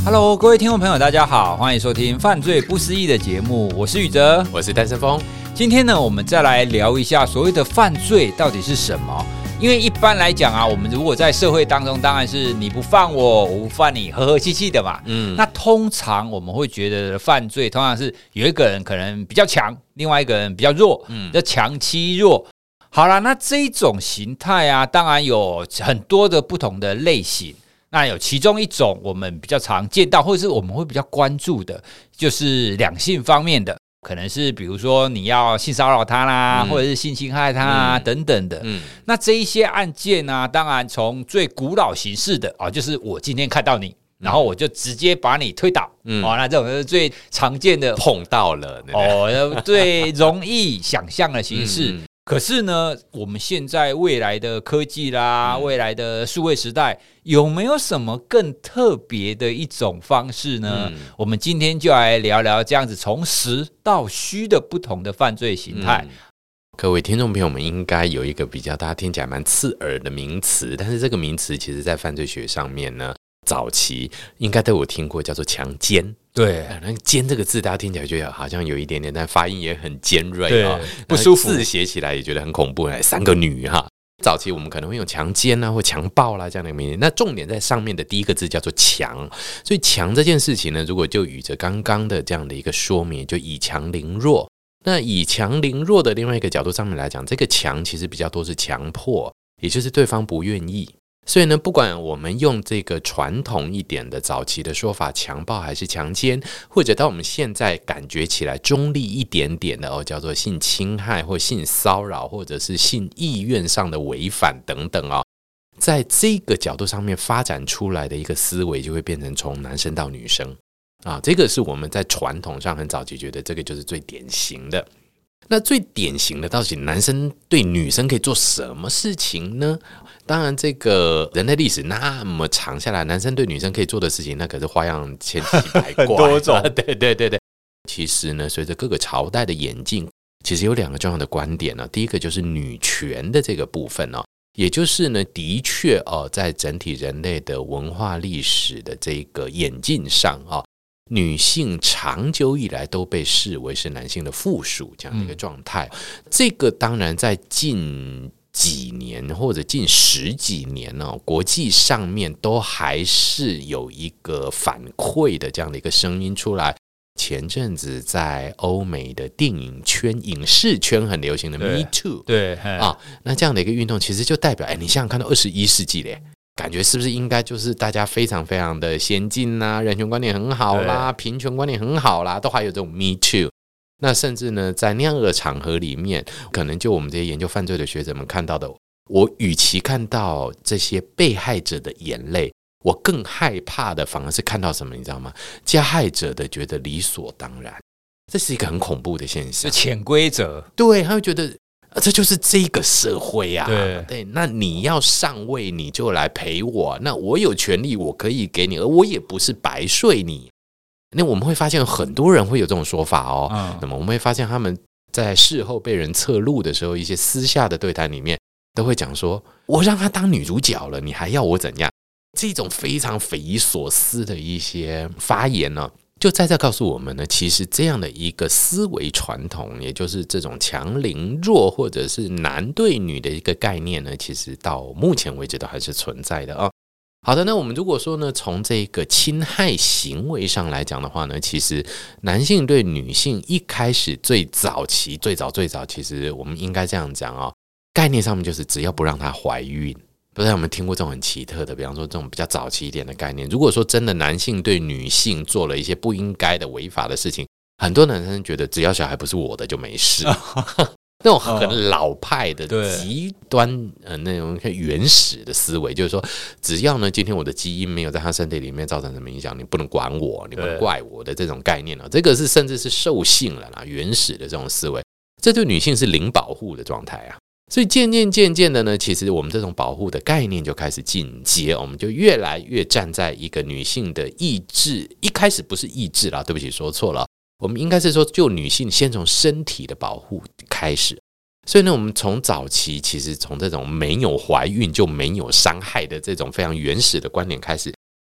Hello， 各位听众朋友，大家好，欢迎收听《犯罪不思议》的节目，我是宇哲， 我是单身峰。 今天呢，我们再来聊一下所谓的犯罪到底是什么。因为一般来讲啊，我们如果在社会当中，当然是你不犯我，我不犯你，和和气气的嘛。那通常我们会觉得犯罪，通常是有一个人可能比较强，另外一个人比较弱，叫强欺弱。好啦，那这一种形态啊，当然有很多的不同的类型。那有其中一种我们比较常见到，或者是我们会比较关注的，就是两性方面的。可能是比如说你要性骚扰他啦，或者是性侵害他啊，等等的。那这一些案件呢，当然从最古老形式的啊，就是我今天看到你，然后我就直接把你推倒，那这种是最常见的碰到了最容易想象的形式。可是呢，我们现在未来的科技啦，未来的数位时代，有没有什么更特别的一种方式呢？我们今天就来聊聊这样子从实到虚的不同的犯罪形态。 各位听众朋友们，应该有一个比较大家听起来蛮刺耳的名词，但是这个名词其实在犯罪学上面呢，早期应该都有听过，叫做强奸。 对， 那“奸”这个字，大家听起来觉得好像有一点点，但发音也很尖锐啊， 不舒服， 字写起来也觉得很恐怖。三个女哈，早期我们可能会用强奸啊或强暴啦这样的名字，那重点在上面的第一个字叫做强，所以强这件事情呢，如果就与着刚刚的这样的一个说明，就以强凌弱。那以强凌弱的另外一个角度上面来讲，这个强其实比较多是强迫，也就是对方不愿意。所以呢，不管我们用这个传统一点的早期的说法，强暴还是强奸，或者到我们现在感觉起来中立一点点的叫做性侵害或性骚扰，或者是性意愿上的违反等等在这个角度上面发展出来的一个思维，就会变成从男生到女生这个是我们在传统上很早期觉得这个就是最典型的。那最典型的到底男生对女生可以做什么事情呢？当然这个人类历史那么长下来，男生对女生可以做的事情那可是花样千奇百怪， 很多种。 对，其实呢，随着各个朝代的演进，其实有两个重要的观点第一个就是女权的这个部分也就是呢，的确在整体人类的文化历史的这个演进上女性长久以来都被视为是男性的附属这样的一个状态。这个当然在近几年或者近10几年国际上面都还是有一个反馈的这样的一个声音出来。前阵子在欧美的电影圈、影视圈很流行的 Me Too， 对那这样的一个运动，其实就代表，你想想看到21世纪嘞。感觉是不是应该就是大家非常非常的先进啦，人权观念很好啦，平权观念很好啦，都还有这种 Me Too。 那甚至呢，在那样的场合里面，可能就我们这些研究犯罪的学者们看到的，我与其看到这些被害者的眼泪，我更害怕的反而是看到什么你知道吗？加害者的觉得理所当然，这是一个很恐怖的现象， 是潜规则。 对，他会觉得这就是这个社会啊， 对， 那你要上位你就来陪我，那我有权利我可以给你，而我也不是白睡你。那我们会发现很多人会有这种说法那么我们会发现他们在事后被人侧录的时候，一些私下的对谈里面都会讲说，我让她当女主角了，你还要我怎样？这种非常匪夷所思的一些发言就在这告诉我们呢，其实这样的一个思维传统，也就是这种强凌弱或者是男对女的一个概念呢，其实到目前为止都还是存在的好的，那我们如果说呢，从这个侵害行为上来讲的话呢，其实男性对女性一开始最早，其实我们应该这样讲概念上面就是只要不让她怀孕。不知道有没有听过这种很奇特的，比方说这种比较早期一点的概念，如果说真的男性对女性做了一些不应该的违法的事情，很多男生觉得只要小孩不是我的就没事那种很老派的极端那种原始的思维，就是说只要呢今天我的基因没有在他身体里面造成什么影响，你不能管我，你不能怪我的这种概念这个是甚至是兽性了啦，原始的这种思维，这对女性是零保护的状态所以渐渐的呢，其实我们这种保护的概念就开始进阶，我们就越来越站在一个女性的意志，一开始不是意志啦，对不起说错了，我们应该是说就女性先从身体的保护开始。所以呢，我们从早期其实从这种没有怀孕就没有伤害的这种非常原始的观点开始，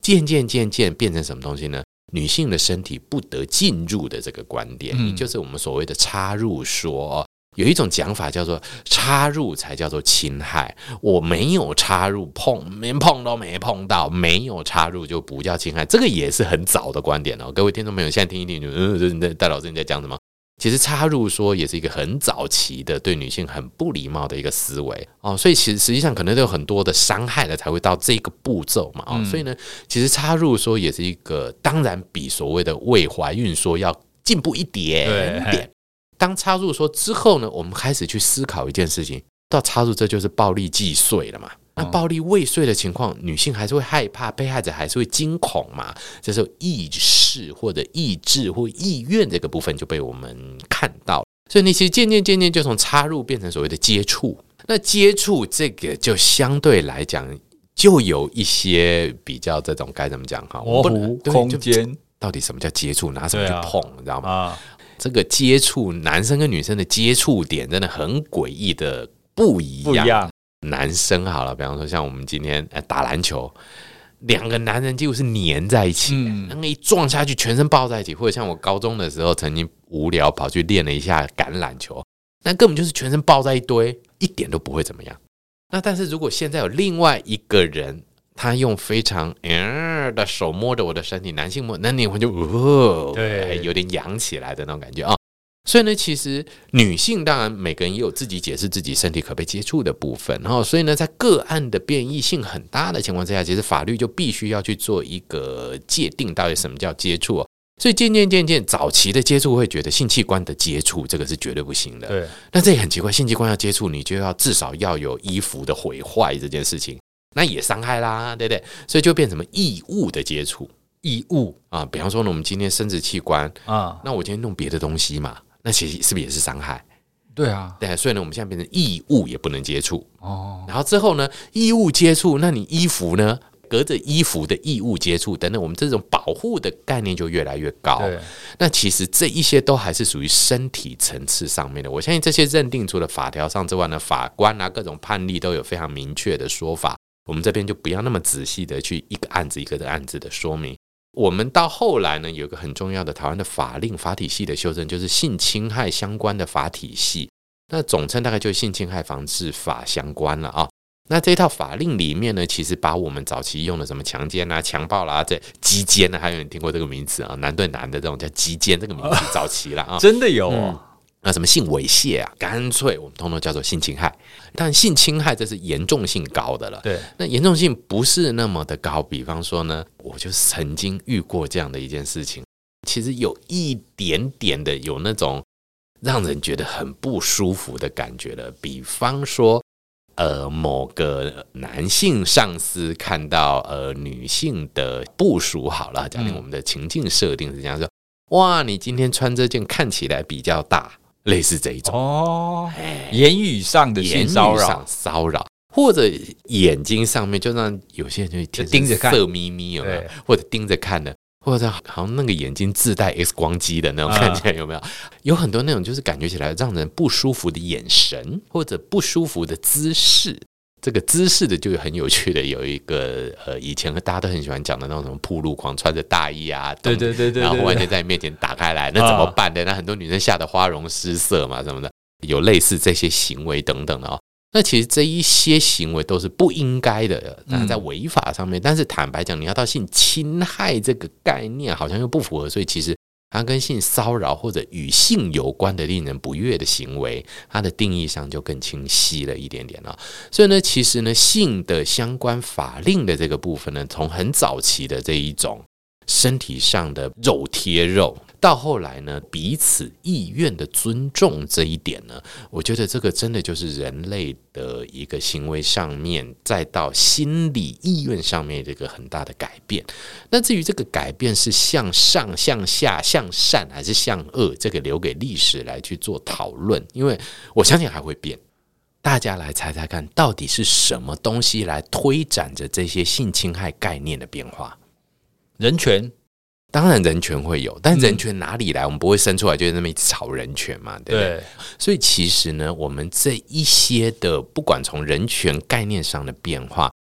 渐渐变成什么东西呢？女性的身体不得进入的这个观点，也就是我们所谓的插入说。有一种讲法叫做插入才叫做侵害，我没有插入，连碰都没碰到，没有插入就不叫侵害，这个也是很早的观点哦。各位听众朋友，现在听一听，戴老师你在讲什么？其实插入说也是一个很早期的对女性很不礼貌的一个思维哦，所以其实实际上可能都有很多的伤害了才会到这个步骤嘛哦，所以呢，其实插入说也是一个，当然比所谓的未怀孕说要进步一点点。当插入说之后呢，我们开始去思考一件事情，到插入这就是暴力既遂了嘛。那暴力未遂的情况，女性还是会害怕，被害者还是会惊恐嘛。这时候意识或者意志或意愿这个部分就被我们看到了。所以你其实渐渐就从插入变成所谓的接触。那接触这个就相对来讲就有一些比较这种该怎么讲哈， 模糊空间。 到底什么叫接触？拿什么去碰？你知道吗？这个接触，男生跟女生的接触点真的很诡异的不一样。男生好了，比方说像我们今天打篮球，两个男人几乎是黏在一起，那一撞下去全身抱在一起，或者像我高中的时候曾经无聊跑去练了一下橄榄球，那根本就是全身抱在一堆，一点都不会怎么样。那但是如果现在有另外一个人，他用非常的手摸着我的身体，男性摸，那你会就对，有点痒起来的那种感觉啊。所以呢，其实女性当然每个人也有自己解释自己身体可被接触的部分，然后所以呢，在个案的变异性很大的情况之下，其实法律就必须要去做一个界定，到底什么叫接触哦。所以渐渐，早期的接触会觉得性器官的接触这个是绝对不行的。对，但这也很奇怪，性器官要接触，你就要至少要有衣服的毁坏这件事情。那也伤害啦，对不对？所以就变成什么异物的接触，异物啊，比方说呢，我们今天生殖器官啊，那我今天弄别的东西嘛，那其实是不是也是伤害？对啊，对，所以呢，我们现在变成异物也不能接触哦。然后之后呢，异物接触，那你衣服呢？隔着衣服的异物接触等等，我们这种保护的概念就越来越高。那其实这一些都还是属于身体层次上面的。我相信这些认定除了法条上之外呢，法官啊各种判例都有非常明确的说法。我们这边就不要那么仔细的去一个案子一个案子的说明。我们到后来呢，有一个很重要的台湾的法令法体系的修正，就是性侵害相关的法体系，那总称大概就是性侵害防治法相关了啊。那这套法令里面呢，其实把我们早期用的什么强奸啊、强暴啦、这鸡奸啊，还有人听过这个名词啊？男对男的这种叫鸡奸，这个名词早期了啊， 真的有哦。 那什么性猥亵啊，干脆我们通通叫做性侵害。但性侵害这是严重性高的了，对。那严重性不是那么的高，比方说呢，我就曾经遇过这样的一件事情，其实有一点点的有那种让人觉得很不舒服的感觉了。比方说，某个男性上司看到女性的部属好了，假定我们的情境设定是这样说：哇，你今天穿这件看起来比较大。类似这一种哦， 言语上的性骚扰，或者眼睛上面就让有些人就盯着看， 色眯眯有没有？或者盯着看的，或者好像那个眼睛自带 X 光机的那种，看起来有没有？有很多那种就是感觉起来让人不舒服的眼神，或者不舒服的姿势。这个姿势的就很有趣的，有一个以前大家都很喜欢讲的那种什么暴露狂，穿着大衣啊， 对， 然后完全在你面前打开来，那怎么办的？那很多女生吓得花容失色嘛，什么的，有类似这些行为等等的哦。那其实这一些行为都是不应该的，当然在违法上面，但是坦白讲，你要到性侵害这个概念，好像又不符合，所以其实它跟性骚扰或者与性有关的令人不悦的行为，它的定义上就更清晰了一点点了。所以呢，其实呢，性的相关法令的这个部分呢，从很早期的这一种身体上的肉贴肉，到后来呢，彼此意愿的尊重这一点呢，我觉得这个真的就是人类的一个行为上面，再到心理意愿上面的一个很大的改变。那至于这个改变是向上、向下、向善还是向恶，这个留给历史来去做讨论，因为我相信还会变。大家来猜猜看，到底是什么东西来推展着这些性侵害概念的变化？ 人权。 当然人权会有，但人权哪里来？我们不会生出来就在那么一直吵人权嘛，对不对？所以其实呢，我们这一些的不管从人权概念上的变化，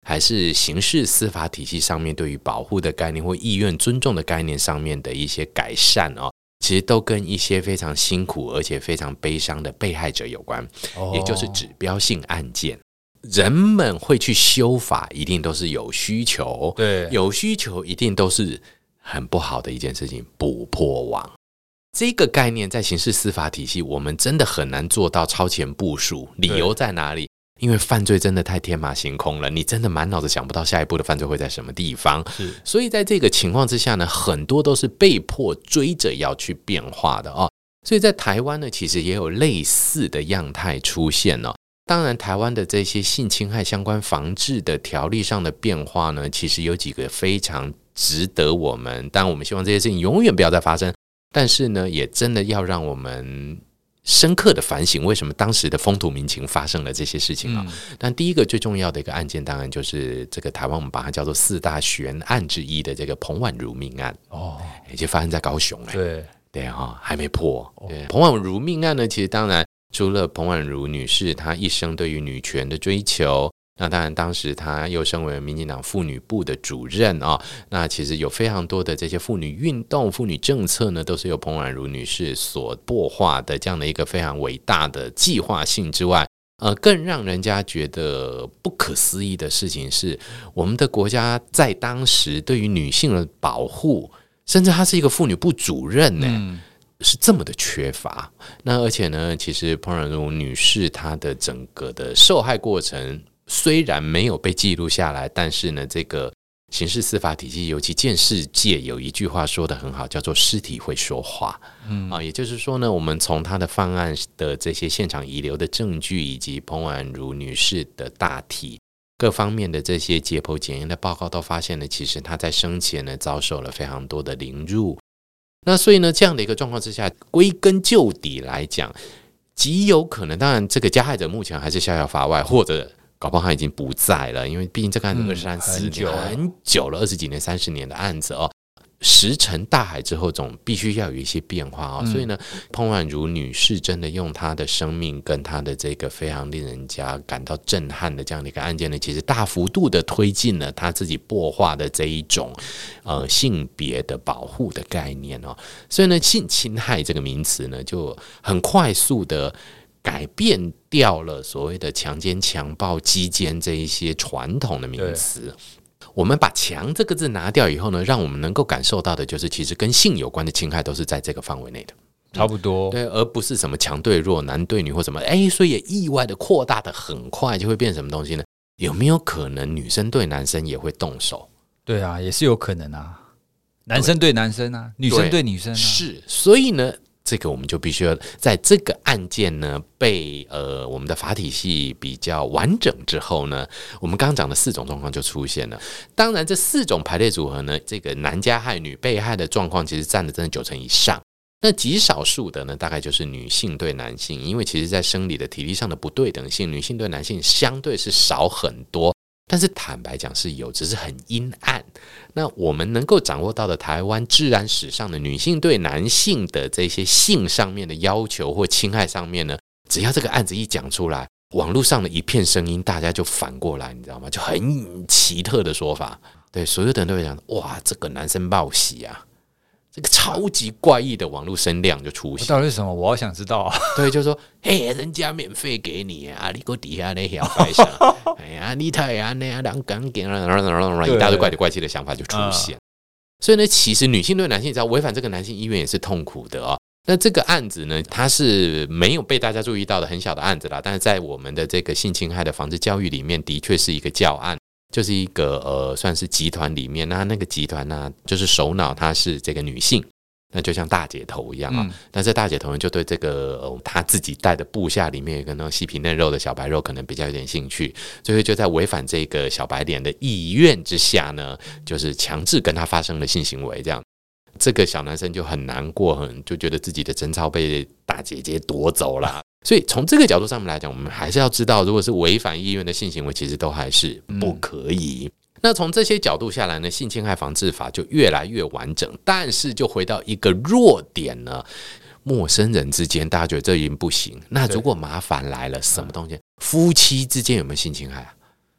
还是刑事司法体系上面对于保护的概念或意愿尊重的概念上面的一些改善哦，其实都跟一些非常辛苦而且非常悲伤的被害者有关，也就是指标性案件。人们会去修法，一定都是有需求， 对， 有需求一定都是很不好的一件事情，捕破网。这个概念在刑事司法体系，我们真的很难做到超前部署。理由在哪里？因为犯罪真的太天马行空了，你真的满脑子想不到下一步的犯罪会在什么地方。所以在这个情况之下呢，很多都是被迫追着要去变化的哦。所以在台湾呢，其实也有类似的样态出现哦。当然，台湾的这些性侵害相关防治的条例上的变化呢，其实有几个非常值得我们，当然我们希望这些事情永远不要再发生，但是呢，也真的要让我们深刻的反省为什么当时的风土民情发生了这些事情啊。但第一个最重要的一个案件，当然就是这个台湾我们把它叫做4大悬案之一的这个彭婉如命案哦，也就发生在高雄对啊，还没破。彭婉如命案呢，其实当然除了彭婉如女士她一生对于女权的追求，那当然当时她又身为民进党妇女部的主任啊，那其实有非常多的这些妇女运动、妇女政策呢，都是由彭婉如女士所擘画的这样的一个非常伟大的计划性之外，更让人家觉得不可思议的事情是，我们的国家在当时对于女性的保护，甚至她是一个妇女部主任呢，是这么的缺乏。那而且呢，其实彭婉如女士她的整个的受害过程虽然没有被记录下来，但是呢，这个刑事司法体系，尤其鉴识界有一句话说得很好，叫做尸体会说话。也就是说呢，我们从她的犯案的这些现场遗留的证据，以及彭婉如女士的大体各方面的这些解剖检验的报告，都发现了其实她在生前呢遭受了非常多的凌辱。那所以呢，这样的一个状况之下，归根究底来讲，极有可能，当然这个加害者目前还是逍遥法外，或者搞不好他已经不在了，因为毕竟这个案子很久了，20几年、30年的案子哦，石沉大海之后，总必须要有一些变化哦。所以呢，彭婉如女士真的用她的生命跟她的这个非常令人家感到震撼的这样的一个案件呢，其实大幅度的推进了她自己擘画的这一种性别的保护的概念哦。所以呢，性侵害这个名词呢，就很快速的改变掉了所谓的强奸、强暴、鸡奸这一些传统的名词。我们把强这个字拿掉以后呢，让我们能够感受到的就是其实跟性有关的侵害都是在这个范围内的， 差不多。 对，而不是什么强对弱、男对女或什么。所以也意外的扩大的很快，就会变成什么东西呢？有没有可能女生对男生也会动手？ 对啊，也是有可能啊。男生对男生啊，女生对女生啊。 是，所以呢，这个我们就必须要在这个案件呢被我们的法体系比较完整之后呢，我们刚刚讲的4种状况就出现了。当然这4种排列组合呢，这个男加害女被害的状况其实占了真的90%以上。那极少数的呢，大概就是女性对男性，因为其实在生理的体力上的不对等性，女性对男性相对是少很多，但是坦白讲是有，只是很阴暗。那我们能够掌握到的台湾治安史上的女性对男性的这些性上面的要求或侵害上面呢，只要这个案子一讲出来，网络上的一片声音，大家就反过来，你知道吗？就很奇特的说法，对，所有的人都会讲，哇，这个男生报喜啊，这个超级怪异的网络声量就出现。 到底是什么？我好想知道啊。 对，就说嘿，人家免费给你啊，你搁底下那小白上，哎呀，你太阳那样人敢给，一大堆怪里怪气的想法就出现。所以呢，其实女性对男性只要违反这个男性意愿也是痛苦的哦。那这个案子呢，它是没有被大家注意到的很小的案子啦，但是在我们的这个性侵害的防治教育里面，的确是一个教案。就是一个算是集团里面，那个集团呢，就是首脑她是这个女性，那就像大姐头一样啊。那这大姐头呢，就对这个她自己带的部下里面有一个那种细皮嫩肉的小白肉，可能比较有点兴趣，所以就在违反这个小白脸的意愿之下呢，就是强制跟她发生了性行为，这样。这个小男生就很难过，就觉得自己的贞操被大姐姐夺走了。所以从这个角度上面来讲，我们还是要知道，如果是违反意愿的性行为，其实都还是不可以。那从这些角度下来呢，性侵害防治法就越来越完整，但是就回到一个弱点呢，陌生人之间大家觉得这已经不行，那如果麻烦来了，什么东西？夫妻之间有没有性侵害啊？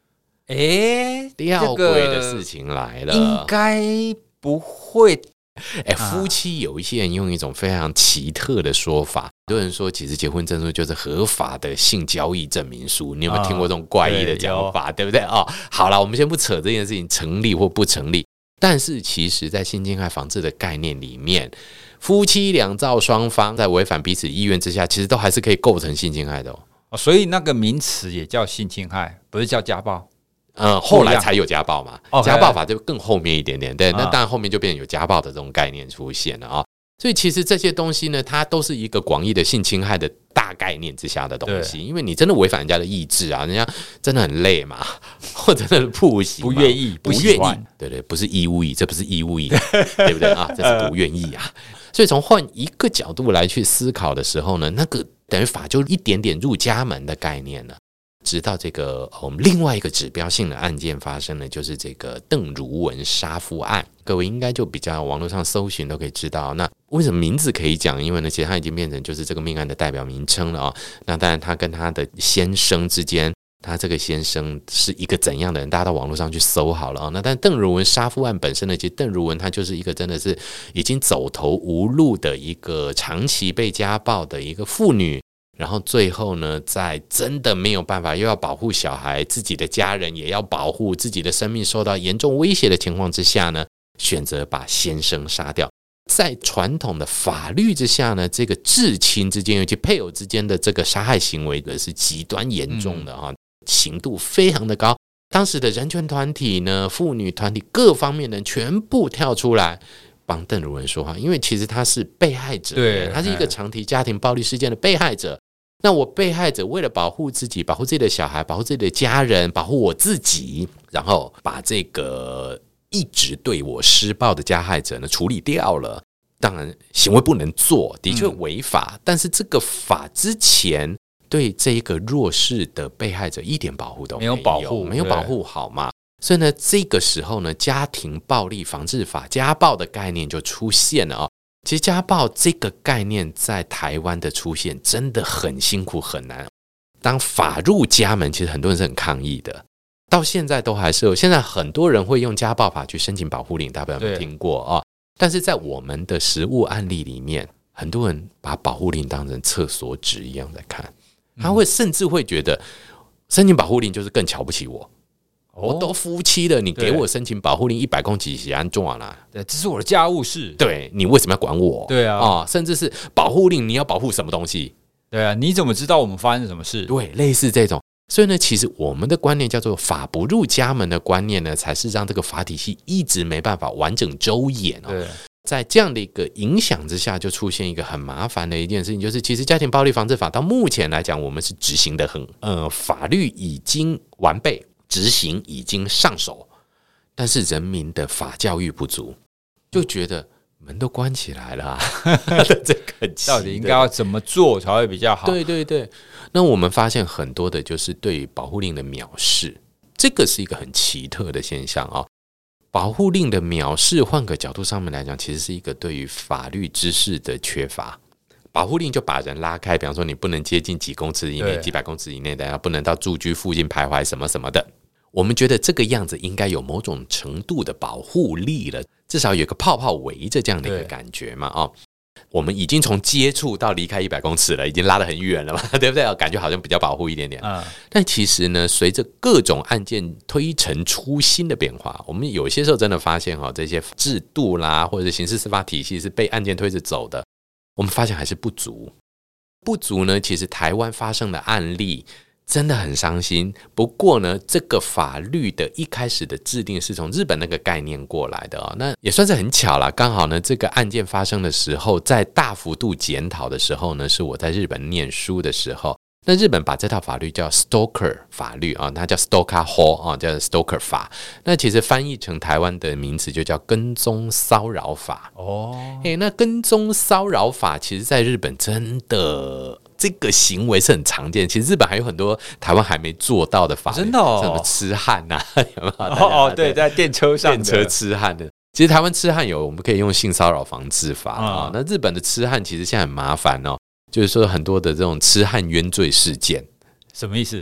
吊诡的事情来了， 应该不会。 夫妻有一些人用一种非常奇特的说法，很多人说其实结婚证书就是合法的性交易证明书，你有没有听过这种怪异的讲法？对不对？好了，我们先不扯这件事情成立或不成立，但是其实在性侵害防治的概念里面，夫妻两造双方在违反彼此意愿之下，其实都还是可以构成性侵害的所以那个名词也叫性侵害，不是叫家暴。 后来才有家暴嘛，家暴法就更后面一点点，对，那当然后面就变成有家暴的这种概念出现了所以其实这些东西呢，它都是一个广义的性侵害的大概念之下的东西，因为你真的违反人家的意志啊，人家真的很累嘛，或者真的不行， 不愿意， 不愿意，对，不是义务役，这不是义务役，对不对啊？这是不愿意啊。所以从换一个角度来去思考的时候呢，那个等于法就一点点入家门的概念了。直到这个我们另外一个指标性的案件发生了，就是这个邓如文杀夫案。各位应该就比较网络上搜寻都可以知道，那为什么名字可以讲？因为呢，其实它已经变成就是这个命案的代表名称了那当然，他跟他的先生之间，他这个先生是一个怎样的人，大家到网络上去搜好了那但邓如文杀夫案本身呢，其实邓如文他就是一个真的是已经走投无路的一个长期被家暴的一个妇女。然后最后呢，在真的没有办法，又要保护小孩，自己的家人也要保护，自己的生命受到严重威胁的情况之下呢，选择把先生杀掉。在传统的法律之下呢，这个至亲之间，尤其配偶之间的这个杀害行为的是极端严重的刑度非常的高。当时的人权团体呢，妇女团体各方面人全部跳出来帮邓如文说话，因为其实他是被害者， 对， 他是一个长期家庭暴力事件的被害者。那我被害者为了保护自己，保护自己的小孩，保护自己的家人，保护我自己，然后把这个一直对我施暴的加害者呢处理掉了。当然行为不能做，的确违法，但是这个法之前对这一个弱势的被害者一点保护都没有，没有保护好嘛。所以呢，这个时候呢，家庭暴力防治法家暴的概念就出现了其实家暴这个概念在台湾的出现真的很辛苦很难。当法入家门，其实很多人是很抗议的，到现在都还是有。现在很多人会用家暴法去申请保护令，大家有没有听过但是在我们的实务案例里面，很多人把保护令当成厕所纸一样在看，他会甚至会觉得申请保护令就是更瞧不起我。我都夫妻了，你给我申请保护令100公几是安装啦？ 对，这是我的家务事。 对，你为什么要管我？ 对啊， 甚至是保护令，你要保护什么东西？ 对啊，你怎么知道我们发生什么事？ 对，类似这种。所以呢，其实我们的观念叫做法不入家门的观念呢，才是让这个法体系一直没办法完整周延对， 在这样的一个影响之下，就出现一个很麻烦的一件事情，就是其实家庭暴力防治法到目前来讲，我们是执行的法律已经完备。执行已经上手，但是人民的法教育不足，就觉得门都关起来了这个到底应该要怎么做才会比较好？ 对，那我们发现很多的就是对于保护令的藐视，这个是一个很奇特的现象保护令的藐视，换个角度上面来讲，其实是一个对于法律知识的缺乏。保护令就把人拉开，比方说你不能接近几公尺以内、几百公尺以内的，不能到住居附近徘徊什么什么的。我们觉得这个样子应该有某种程度的保护力了，至少有个泡泡围着这样的一个感觉嘛我们已经从接触到离开100公尺了，已经拉得很远了嘛，对不对？感觉好像比较保护一点点。但其实呢，随着各种案件推陈出新的变化，我们有些时候真的发现这些制度啦，或者刑事司法体系是被案件推着走的。我们发现还是不足呢，其实台湾发生的案例真的很伤心。不过呢，这个法律的一开始的制定是从日本那个概念过来的那也算是很巧啦，刚好呢，这个案件发生的时候，在大幅度检讨的时候呢，是我在日本念书的时候。那日本把这套法律叫 Stalker 法律它叫 Stalker Law 叫 Stalker 法。那其实翻译成台湾的名词就叫跟踪骚扰法那跟踪骚扰法其实在日本真的这个行为是很常见，其实日本还有很多台湾还没做到的法律， 真的什么痴汉有没有对，在电车上电车痴汉的。其实台湾痴汉有我们可以用性骚扰防治法那日本的痴汉其实现在很麻烦就是说很多的这种痴汉冤罪事件。 什么意思？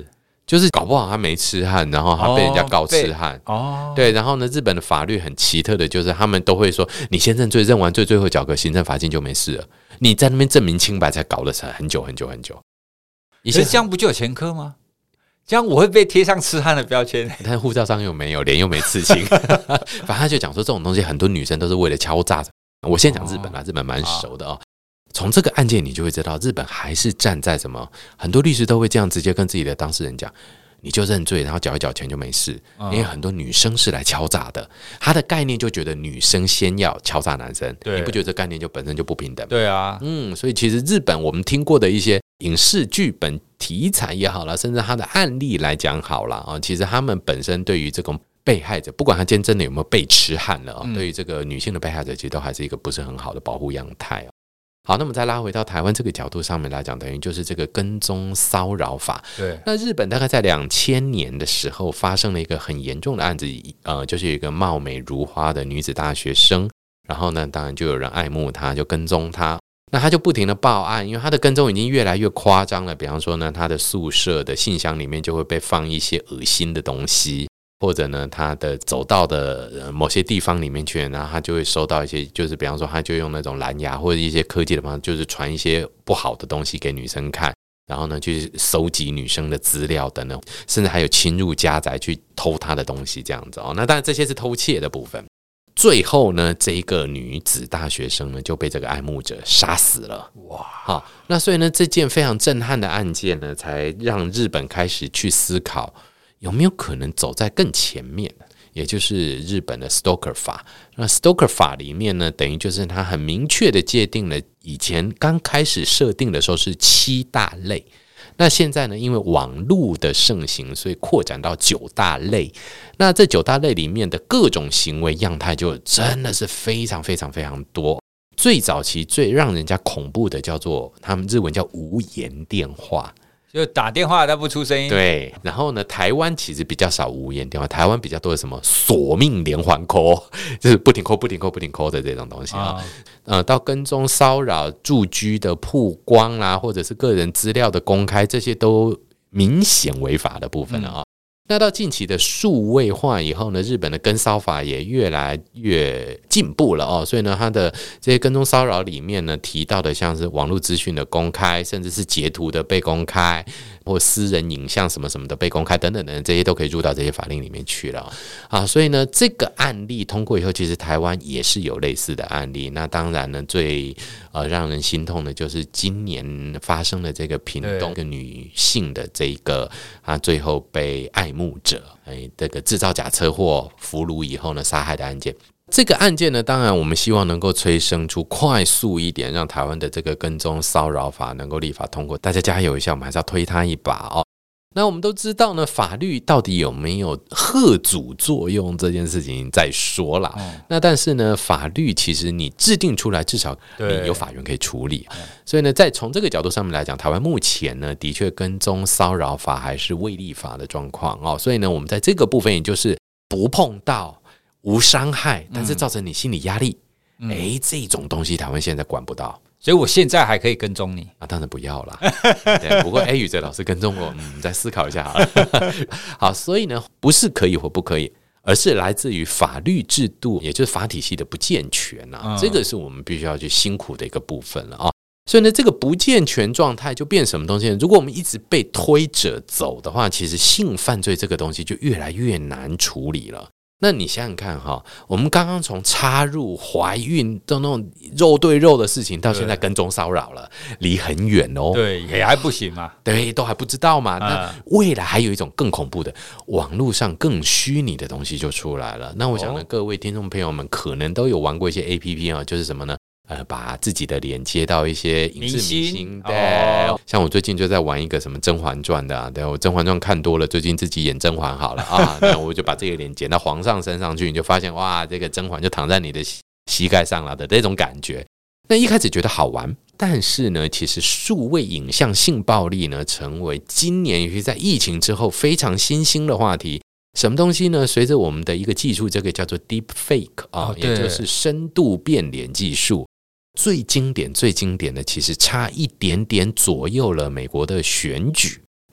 就是搞不好他没痴汉，然后他被人家告痴汉。对，然后呢，日本的法律很奇特的，就是他们都会说，你先认罪，认完罪，最后缴个行政罚金就没事了。你在那边证明清白，才搞了很久很久很久。 可是这样不就有前科吗？这样我会被贴上痴汉的标签， 但护照上又没有，脸又没刺青。反正他就讲说，这种东西很多女生都是为了敲诈。我先讲日本啦，日本蛮熟的哦。从这个案件你就会知道，日本还是站在什么，很多律师都会这样直接跟自己的当事人讲，你就认罪，然后缴一缴钱就没事。因为很多女生是来敲诈的，他的概念就觉得女生先要敲诈男生，你不觉得这概念就本身就不平等？ 对啊， 所以其实日本我们听过的一些影视剧本题材也好了，甚至他的案例来讲好了啊，其实他们本身对于这种被害者，不管他今天真的有没有被痴汉了，对于这个女性的被害者，其实都还是一个不是很好的保护样态。好，那么再拉回到台湾这个角度上面来讲，等于就是这个跟踪骚扰法。 对， 那日本大概在2000年的时候发生了一个很严重的案子，就是有一个貌美如花的女子大学生，然后呢，当然就有人爱慕她，就跟踪她。那他就不停的报案，因为他的跟踪已经越来越夸张了。比方说呢，他的宿舍的信箱里面就会被放一些恶心的东西，或者呢，他的走到的某些地方里面去，然后他就会收到一些，就是比方说，他就用那种蓝牙或者一些科技的方式，就是传一些不好的东西给女生看，然后呢，去收集女生的资料等等，甚至还有侵入家宅去偷她的东西这样子哦。那当然这些是偷窃的部分。最后呢，这一个女子大学生呢就被这个爱慕者杀死了。哇！好，那所以呢，这件非常震撼的案件呢，才让日本开始去思考有没有可能走在更前面，也就是日本的 Stalker 法。那 Stalker 法里面呢，等于就是它很明确的界定了，以前刚开始设定的时候是7大类。那现在呢，因为网络的盛行，所以扩展到9大类。那这9大类里面的各种行为样态就真的是非常非常非常多。最早期最让人家恐怖的叫做，他们日文叫无言电话， 就打电话但不出声音。 对，然后呢，台湾其实比较少无言电话，台湾比较多的什么索命连环 call， 就是不停 call 不停 call 不停 call 的这种东西啊。到跟踪骚扰、住居的曝光啦，或者是个人资料的公开，这些都明显违法的部分了啊。那到近期的数位化以后呢，日本的跟骚法也越来越进步了哦，所以呢，它的这些跟踪骚扰里面呢，提到的像是网络资讯的公开，甚至是截图的被公开，或私人影像什么什么的被公开等等的，这些都可以入到这些法令里面去了啊。所以呢，这个案例通过以后，其实台湾也是有类似的案例。那当然呢，最让人心痛的就是今年发生的这个屏东一个女性的这个她最后被爱慕者这个制造假车祸俘虏以后呢杀害的案件。这个案件呢，当然我们希望能够催生出快速一点，让台湾的这个跟踪骚扰法能够立法通过，大家加油一下，我们还是要推它一把哦。那我们都知道呢，法律到底有没有吓阻作用这件事情再说啦。那但是呢，法律其实你制定出来，至少你有法院可以处理。所以呢，在从这个角度上面来讲，台湾目前呢，的确跟踪骚扰法还是未立法的状况哦。所以呢，我们在这个部分，也就是不碰到无伤害，但是造成你心理压力，这种东西台湾现在管不到。 所以我现在还可以跟踪你啊？当然不要啦。对，不过宇哲老师跟踪我，再思考一下好了。好，所以呢，不是可以或不可以，而是来自于法律制度，也就是法体系的不健全啊。这个是我们必须要去辛苦的一个部分了啊。所以呢，这个不健全状态就变什么东西呢？如果我们一直被推着走的话，其实性犯罪这个东西就越来越难处理了。那你想想看哈，我们刚刚从插入、怀孕的那种肉对肉的事情，到现在跟踪骚扰了，离很远哦。 对，也还不行嘛。 对，都还不知道嘛。那未来还有一种更恐怖的，网络上更虚拟的东西就出来了。那我想呢，各位听众朋友们可能都有玩过一些 APP 啊，就是什么呢？把自己的脸接到一些影视明星的，像我最近就在玩一个什么《甄嬛传》的啊，对，我《甄嬛传》看多了，最近自己演甄嬛好了啊，那我就把这个脸剪到皇上身上去，你就发现哇，这个甄嬛就躺在你的膝盖上了的这种感觉。那一开始觉得好玩，但是呢，其实数位影像性暴力呢，成为今年尤其在疫情之后非常新兴的话题。什么东西呢？随着我们的一个技术，这个叫做 Deep Fake 啊，也就是深度变脸技术。最经典的其实差一点点左右了美国的选举，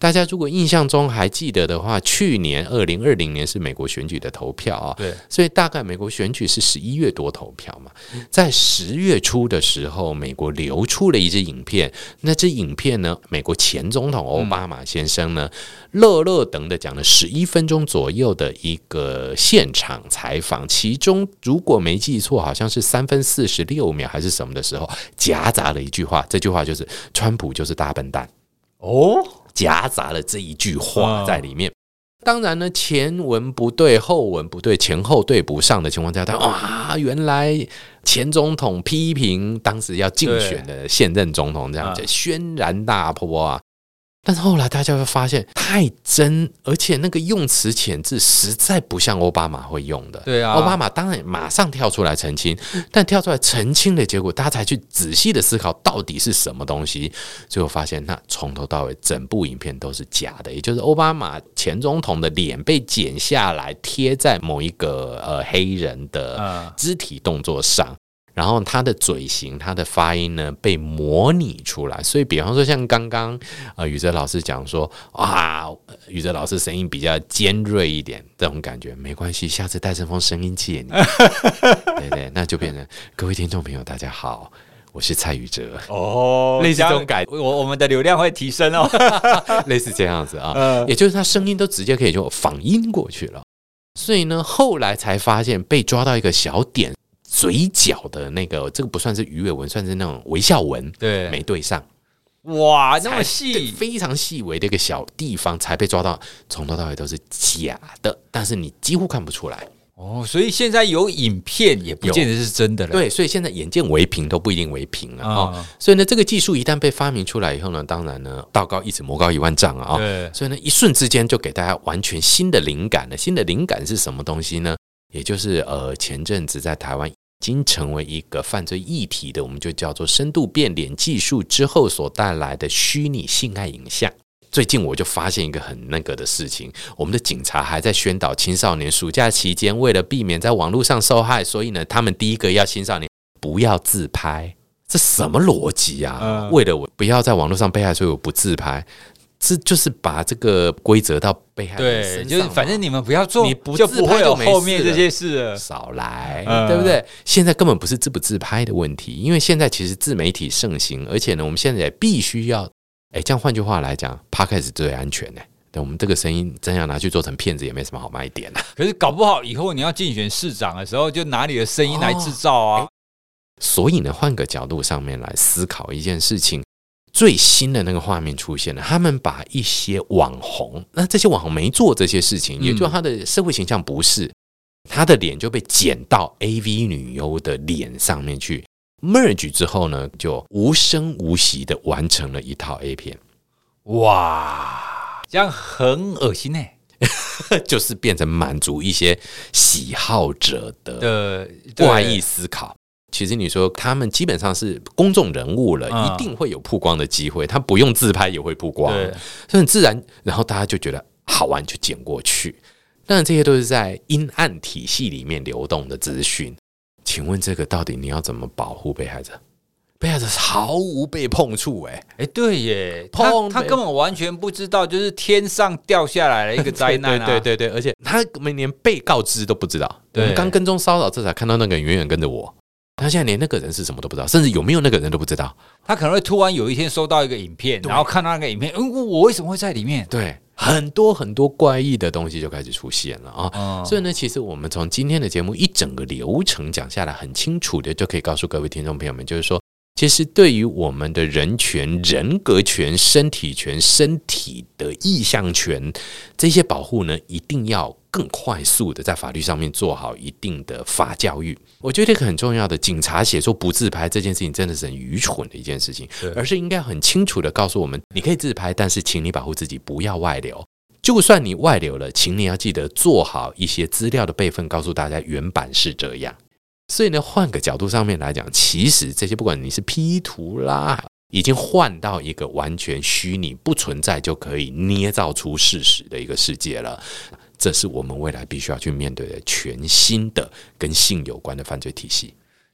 大家如果印象中还记得的话，去年2020年是美国选举的投票啊， 对， 所以大概美国选举是11月多投票嘛，在10月初的时候，美国流出了一支影片，那支影片呢，美国前总统奥巴马先生呢，乐等的讲了11分钟左右的一个现场采访，其中如果没记错，好像是3分46秒还是什么的时候，夹杂了一句话，这句话就是川普就是大笨蛋哦。夹杂了这一句话在里面，当然呢，前文不对后文不对，前后对不上的情况下，哇，原来前总统批评当时要竞选的现任总统，这样就轩然大波啊。但是后来大家会发现太真，而且那个用词遣字实在不像奥巴马会用的。 对啊， 奥巴马当然马上跳出来澄清，但跳出来澄清的结果，大家才去仔细的思考到底是什么东西，最后发现那从头到尾整部影片都是假的，也就是奥巴马前总统的脸被剪下来贴在某一个黑人的肢体动作上。然后他的嘴型、他的发音呢被模拟出来，所以比方说像刚刚宇哲老师讲说啊，宇哲老师声音比较尖锐一点，这种感觉没关系，下次戴胜峰声音借你，对对，那就变成各位听众朋友大家好，我是蔡宇哲哦，类似这种感觉， 我们的流量会提升哦， 类似这样子啊，也就是他声音都直接可以就仿音过去了，所以呢，后来才发现被抓到一个小点。嘴角的那个，这个不算是鱼尾纹，算是那种微笑纹，对，没对上。 哇，那么细， 非常细微的一个小地方才被抓到，从头到尾都是假的，但是你几乎看不出来。 哦，所以现在有影片也不见得是真的了。 对，所以现在眼见为凭都不一定为凭啊。所以呢，这个技术一旦被发明出来以后呢，当然呢，道高一尺，魔高1万丈啊。对，所以呢，一瞬之间就给大家完全新的灵感了。新的灵感是什么东西呢？也就是前阵子在台湾。已经成为一个犯罪议题的，我们就叫做深度变脸技术之后所带来的虚拟性爱影像。最近我就发现一个很那个的事情，我们的警察还在宣导青少年暑假期间为了避免在网络上受害，所以呢，他们第一个要青少年不要自拍。这什么逻辑啊？为了我不要在网络上被害，所以我不自拍。这就是把这个规则到被害人身上， 对，就是反正你们不要做， 你不就不会有后面这些事了， 少来，对不对？现在根本不是自不自拍的问题，因为现在其实自媒体盛行，而且呢，我们现在也必须要，这样换句话来讲 ，Podcast 最安全呢。对，我们这个声音真要拿去做成片子，也没什么好卖点啊。 可是搞不好以后你要竞选市长的时候，就拿你的声音来制造啊。 所以呢，换个角度上面来思考一件事情。最新的那个画面出现了，他们把一些网红，那这些网红没做这些事情，也就是他的社会形象不是，他的脸就被剪到 AV 女优的脸上面去 merge 之后呢，就无声无息的完成了一套 A 片。 哇，这样很恶心欸。 就是变成满足一些喜好者的怪异思考。其实你说他们基本上是公众人物了，一定会有曝光的机会，他不用自拍也会曝光，所以很自然，然后大家就觉得好玩就剪过去。当然这些都是在阴暗体系里面流动的资讯，请问这个到底你要怎么保护被害者？被害者毫无被碰触， 对耶，他根本完全不知道，就是天上掉下来了一个灾难啊！ 对，而且他连被告知都不知道。我们刚跟踪骚扰，这才看到那个人远远跟着我。他现在连那个人是什么都不知道，甚至有没有那个人都不知道。 他可能会突然有一天收到一个影片，然后看到那个影片，我为什么会在里面？ 对，很多很多怪异的东西就开始出现了啊！所以呢，其实我们从今天的节目一整个流程讲下来，很清楚的就可以告诉各位听众朋友们，就是说，其实对于我们的人权、人格权、身体权、身体的意向权这些保护呢，一定要更快速的在法律上面做好一定的法教育。我觉得这个很重要的，警察写说不自拍这件事情真的是很愚蠢的一件事情，而是应该很清楚的告诉我们，你可以自拍，但是请你保护自己，不要外流。就算你外流了，请你要记得做好一些资料的备份，告诉大家原版是这样。所以呢，换个角度上面来讲，其实这些不管你是 P 图啦，已经换到一个完全虚拟不存在就可以捏造出事实的一个世界了。这是我们未来必须要去面对的全新的跟性有关的犯罪体系。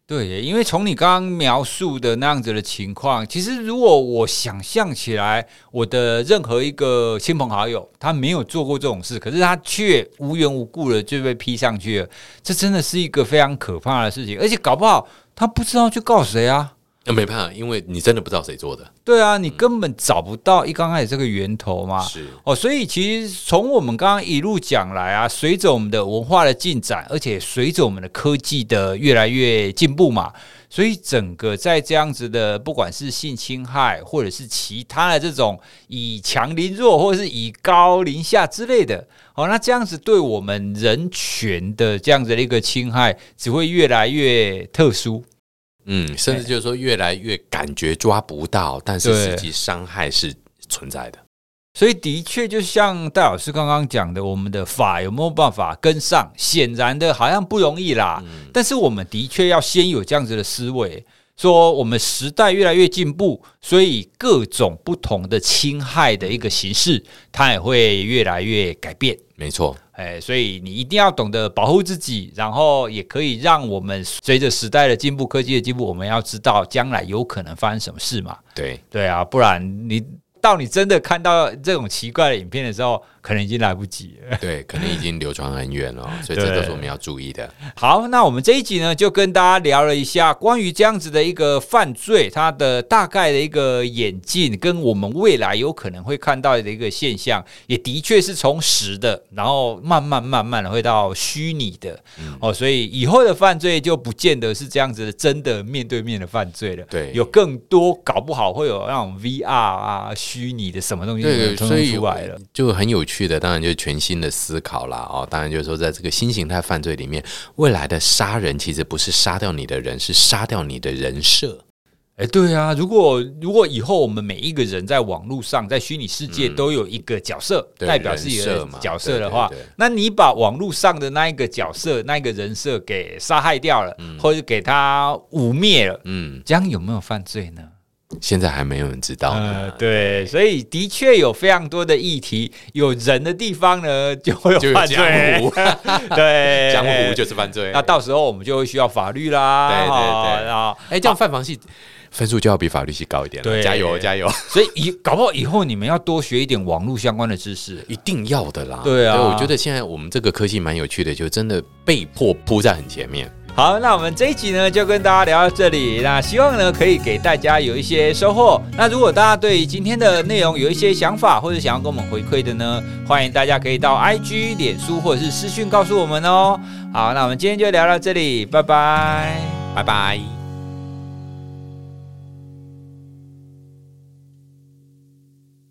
对，因为从你刚刚描述的那样子的情况，其实如果我想象起来，我的任何一个亲朋好友，他没有做过这种事，可是他却无缘无故的就被批上去了，这真的是一个非常可怕的事情，而且搞不好他不知道去告谁啊。 没办法，因为你真的不知道谁做的。 对啊，你根本找不到一刚开始这个源头嘛。 是所以其实从我们刚刚一路讲来啊，随着我们的文化的进展，而且随着我们的科技的越来越进步嘛，所以整个在这样子的，不管是性侵害，或者是其他的这种以强凌弱，或者是以高凌下之类的，那这样子对我们人权的这样子的一个侵害，只会越来越特殊。 甚至就是说越来越感觉抓不到，但是实际伤害是存在的。 所以的确就像戴老师刚刚讲的，我们的法有没有办法跟上，显然的好像不容易啦。但是我们的确要先有这样子的思维，说我们时代越来越进步，所以各种不同的侵害的一个形式，它也会越来越改变。 没错， 所以你一定要懂得保护自己，然后也可以让我们随着时代的进步、科技的进步，我们要知道将来有可能发生什么事嘛。对啊，不然你真的看到这种奇怪的影片的时候，可能已经来不及了。 对，可能已经流传很远了，所以这都是我们要注意的。 好，那我们这一集呢，就跟大家聊了一下关于这样子的一个犯罪，它的大概的一个演进，跟我们未来有可能会看到的一个现象，也的确是从实的，然后慢慢的会到虚拟的。所以以后的犯罪就不见得是这样子的，真的面对面的犯罪了。 对， 有更多搞不好会有那种 VR 啊。虚拟的什么东西通通出来了， 就很有趣的，当然就是全新的思考啦。当然就是说，在这个新形态犯罪里面，未来的杀人其实不是杀掉你的人，是杀掉你的人设。 对啊，如果以后我们每一个人在网络上，在虚拟世界都有一个角色，代表是一个角色的话，那你把网络上的那一个角色、那一个人设给杀害掉了，或者给他污蔑了，这样有没有犯罪呢？ 现在还没有人知道对，所以的确有非常多的议题，有人的地方呢就会有犯罪， 江湖对， 江湖就是犯罪。 那到时候我们就会需要法律啦， 对，这样犯防系分数就要比法律系高一点了。对，加油加油！ 所以搞不好以后你们要多学一点网络相关的知识， 一定要的啦。 对啊， 我觉得现在我们这个科技蛮有趣的，就真的被迫扑在很前面。 好，那我们这一集呢就跟大家聊到这里，那希望呢可以给大家有一些收获。那如果大家对今天的内容有一些想法或者想要跟我们回馈的呢，欢迎大家可以到 IG、脸书或者是私讯告诉我们哦。好，那我们今天就聊到这里，拜拜， 拜拜。